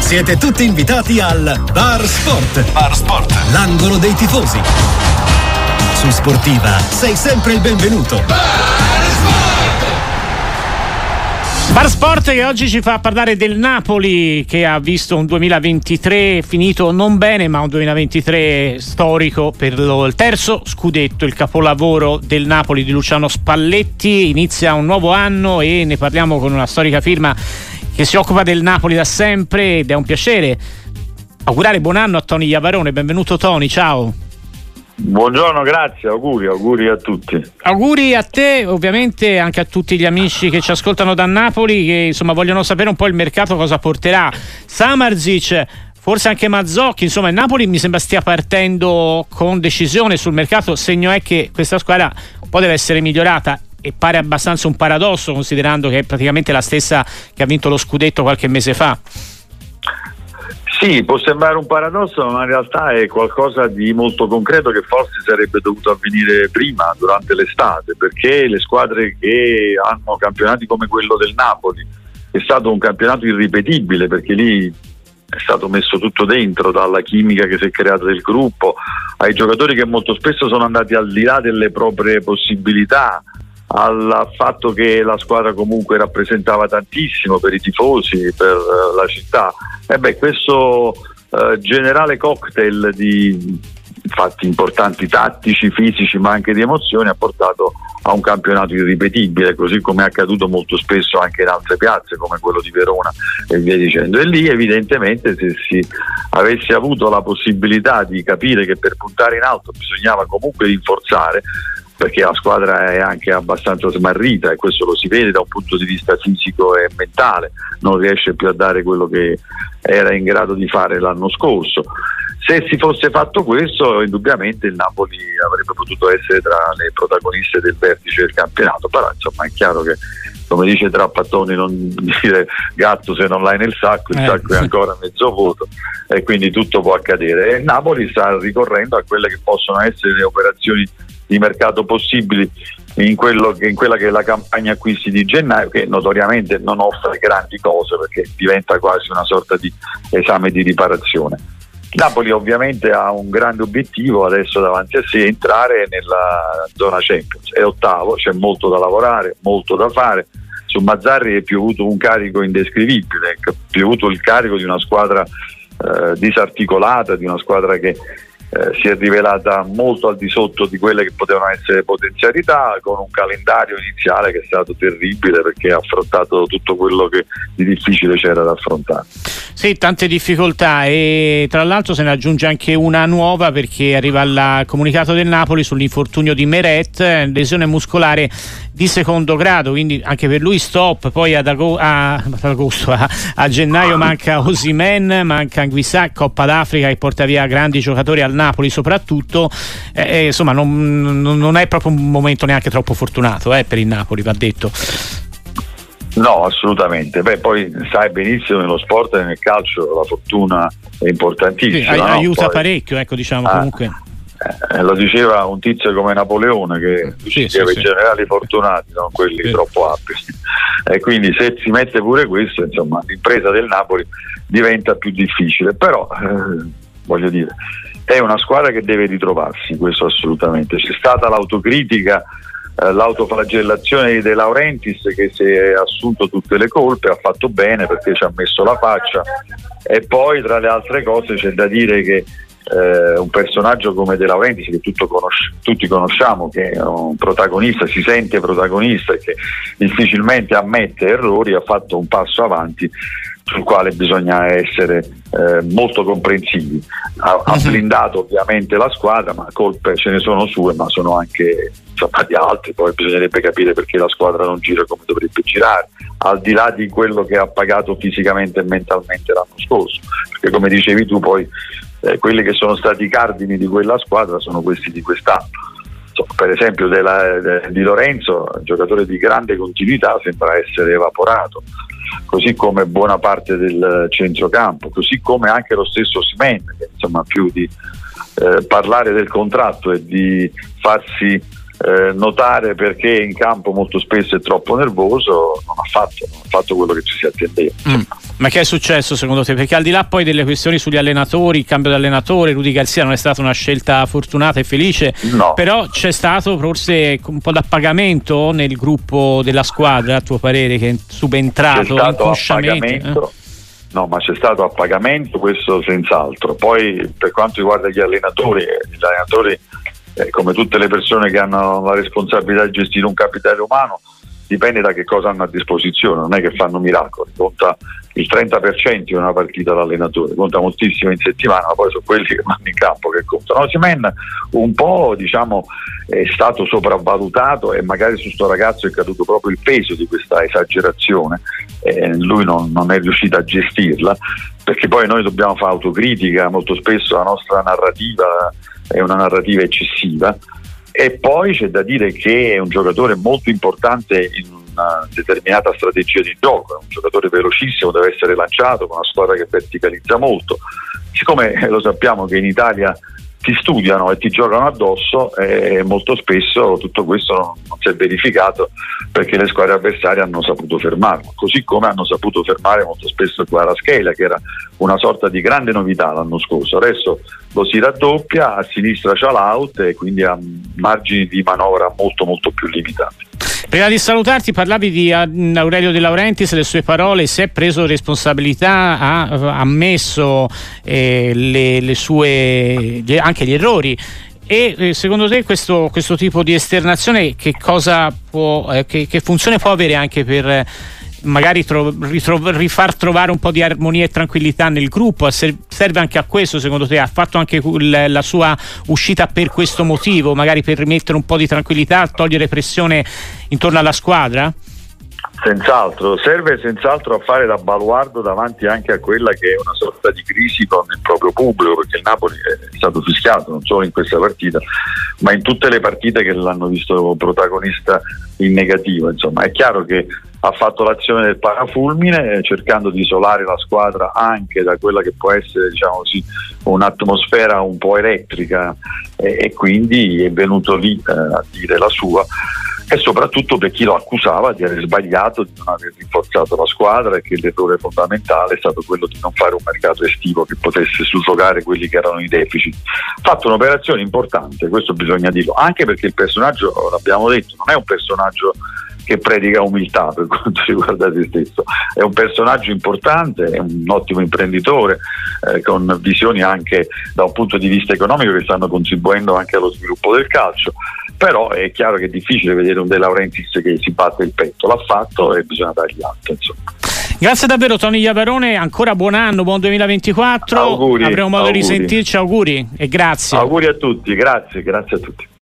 Siete tutti invitati al Bar Sport. Bar Sport, l'angolo dei tifosi. Su Sportiva sei sempre il benvenuto. Bar Sport che oggi ci fa parlare del Napoli, che ha visto un 2023 finito non bene, ma un 2023 storico per il terzo scudetto, il capolavoro del Napoli di Luciano Spalletti. Inizia un nuovo anno e ne parliamo con una storica firma che si occupa del Napoli da sempre, ed è un piacere augurare buon anno a Tony Iavarone. Benvenuto Tony, ciao. Buongiorno, grazie, auguri a tutti. Auguri a te, ovviamente anche a tutti gli amici che ci ascoltano da Napoli, che insomma vogliono sapere un po' il mercato cosa porterà. Samardžić, forse anche Mazzocchi, insomma il Napoli mi sembra stia partendo con decisione sul mercato. Segno è che questa squadra un po' deve essere migliorata, e pare abbastanza un paradosso considerando che è praticamente la stessa che ha vinto lo scudetto qualche mese fa. Sì, può sembrare un paradosso, ma in realtà è qualcosa di molto concreto che forse sarebbe dovuto avvenire prima, durante l'estate, perché le squadre che hanno campionati come quello del Napoli è stato un campionato irripetibile, perché lì è stato messo tutto dentro, dalla chimica che si è creata del gruppo, ai giocatori che molto spesso sono andati al di là delle proprie possibilità, al fatto che la squadra comunque rappresentava tantissimo per i tifosi, per la città. Questo generale cocktail di fatti importanti tattici, fisici, ma anche di emozioni ha portato a un campionato irripetibile, così come è accaduto molto spesso anche in altre piazze come quello di Verona e via dicendo. E lì evidentemente, se si avesse avuto la possibilità di capire che per puntare in alto bisognava comunque rinforzare, perché la squadra è anche abbastanza smarrita, e questo lo si vede da un punto di vista fisico e mentale, non riesce più a dare quello che era in grado di fare l'anno scorso. Se si fosse fatto questo, indubbiamente il Napoli avrebbe potuto essere tra le protagoniste del vertice del campionato, però insomma è chiaro che, come dice Trapattoni, non dire gatto se non l'hai nel sacco, il sacco è ancora mezzo vuoto, e quindi tutto può accadere. E il Napoli sta ricorrendo a quelle che possono essere le operazioni di mercato possibili in quella che è la campagna acquisti di gennaio, che notoriamente non offre grandi cose perché diventa quasi una sorta di esame di riparazione. Napoli ovviamente ha un grande obiettivo adesso davanti a sé: entrare nella zona Champions. È ottavo, c'è molto da lavorare, molto da fare. Su Mazzarri è piovuto un carico indescrivibile, è piovuto il carico di una squadra disarticolata, di una squadra che si è rivelata molto al di sotto di quelle che potevano essere potenzialità, con un calendario iniziale che è stato terribile, perché ha affrontato tutto quello che di difficile c'era da affrontare. Sì, tante difficoltà, e tra l'altro se ne aggiunge anche una nuova, perché arriva il comunicato del Napoli sull'infortunio di Meret, lesione muscolare di secondo grado, quindi anche per lui stop. Poi a gennaio manca Osimhen, manca Anguissa, Coppa d'Africa che porta via grandi giocatori al Napoli soprattutto, insomma non è proprio un momento neanche troppo fortunato per il Napoli, va detto. No, assolutamente. Poi sai benissimo, nello sport e nel calcio la fortuna è importantissima. Sì, aiuta poi, parecchio, diciamo comunque. Lo diceva un tizio come Napoleone, che diceva i generali fortunati, non quelli troppo abili, e quindi se si mette pure questo, insomma, l'impresa del Napoli diventa più difficile. Però voglio dire, è una squadra che deve ritrovarsi, questo assolutamente. C'è stata l'autocritica, l'autoflagellazione di De Laurentiis, che si è assunto tutte le colpe, ha fatto bene perché ci ha messo la faccia. E poi tra le altre cose c'è da dire che un personaggio come De Laurentiis, che tutti conosciamo, che è un protagonista, si sente protagonista e che difficilmente ammette errori, ha fatto un passo avanti sul quale bisogna essere molto comprensivi. Ha blindato ovviamente la squadra, ma colpe ce ne sono sue, ma sono anche di altri. Poi bisognerebbe capire perché la squadra non gira come dovrebbe girare, al di là di quello che ha pagato fisicamente e mentalmente l'anno scorso, perché come dicevi tu poi quelli che sono stati i cardini di quella squadra sono questi di quest'anno. Per esempio di Lorenzo, un giocatore di grande continuità, sembra essere evaporato, così come buona parte del centrocampo, così come anche lo stesso Osimhen, che insomma più di parlare del contratto e di farsi notare perché in campo molto spesso è troppo nervoso, non ha fatto quello che ci si attendeva. Ma che è successo secondo te? Perché al di là poi delle questioni sugli allenatori, il cambio di allenatore, Rudy Garcia non è stata una scelta fortunata e felice, no. Però c'è stato forse un po' d'appagamento nel gruppo della squadra, a tuo parere, che è subentrato inconsciamente? No, ma c'è stato appagamento, questo senz'altro. Poi per quanto riguarda gli allenatori, come tutte le persone che hanno la responsabilità di gestire un capitale umano, dipende da che cosa hanno a disposizione, non è che fanno miracoli, conta il 30% di una partita l'allenatore, conta moltissimo in settimana, ma poi sono quelli che vanno in campo che contano. Osimhen un po' è stato sopravvalutato e magari su sto ragazzo è caduto proprio il peso di questa esagerazione, lui non è riuscito a gestirla, perché poi noi dobbiamo fare autocritica, molto spesso la nostra narrativa è una narrativa eccessiva. E poi c'è da dire che è un giocatore molto importante in una determinata strategia di gioco, è un giocatore velocissimo, deve essere lanciato con una squadra che verticalizza molto. Siccome lo sappiamo che in Italia ti studiano e ti giocano addosso, molto spesso tutto questo non si è verificato perché le squadre avversarie hanno saputo fermarlo, così come hanno saputo fermare molto spesso il Kvaratskhelia, che era una sorta di grande novità l'anno scorso. Adesso lo si raddoppia, a sinistra c'ha l'out e quindi ha margini di manovra molto molto più limitati. Prima di salutarti parlavi di Aurelio De Laurentiis, le sue parole, si è preso responsabilità, ha ammesso le sue anche gli errori. E secondo te questo tipo di esternazione che cosa che funzione può avere anche per magari rifar trovare un po' di armonia e tranquillità nel gruppo? Serve anche a questo secondo te? Ha fatto anche la sua uscita per questo motivo, magari per rimettere un po' di tranquillità, togliere pressione intorno alla squadra? Senz'altro, serve senz'altro a fare da baluardo davanti anche a quella che è una sorta di crisi con il proprio pubblico, perché il Napoli è stato fischiato non solo in questa partita ma in tutte le partite che l'hanno visto protagonista in negativo. Insomma, è chiaro che ha fatto l'azione del parafulmine cercando di isolare la squadra anche da quella che può essere, diciamo così, un'atmosfera un po' elettrica, e quindi è venuto lì a dire la sua, e soprattutto per chi lo accusava di aver sbagliato, di non aver rinforzato la squadra, e che l'errore fondamentale è stato quello di non fare un mercato estivo che potesse suffragare quelli che erano i deficit. Ha fatto un'operazione importante, questo bisogna dirlo, anche perché il personaggio, l'abbiamo detto, non è un personaggio che predica umiltà per quanto riguarda se stesso, è un personaggio importante, è un ottimo imprenditore, con visioni anche da un punto di vista economico che stanno contribuendo anche allo sviluppo del calcio. Però è chiaro che è difficile vedere un De Laurentiis che si batte il petto, l'ha fatto e bisogna dargli atto, insomma. Grazie davvero Tony Iavarone, ancora buon anno, buon 2024. Auguri, avremo modo di risentirci, auguri e grazie. Auguri a tutti, grazie a tutti.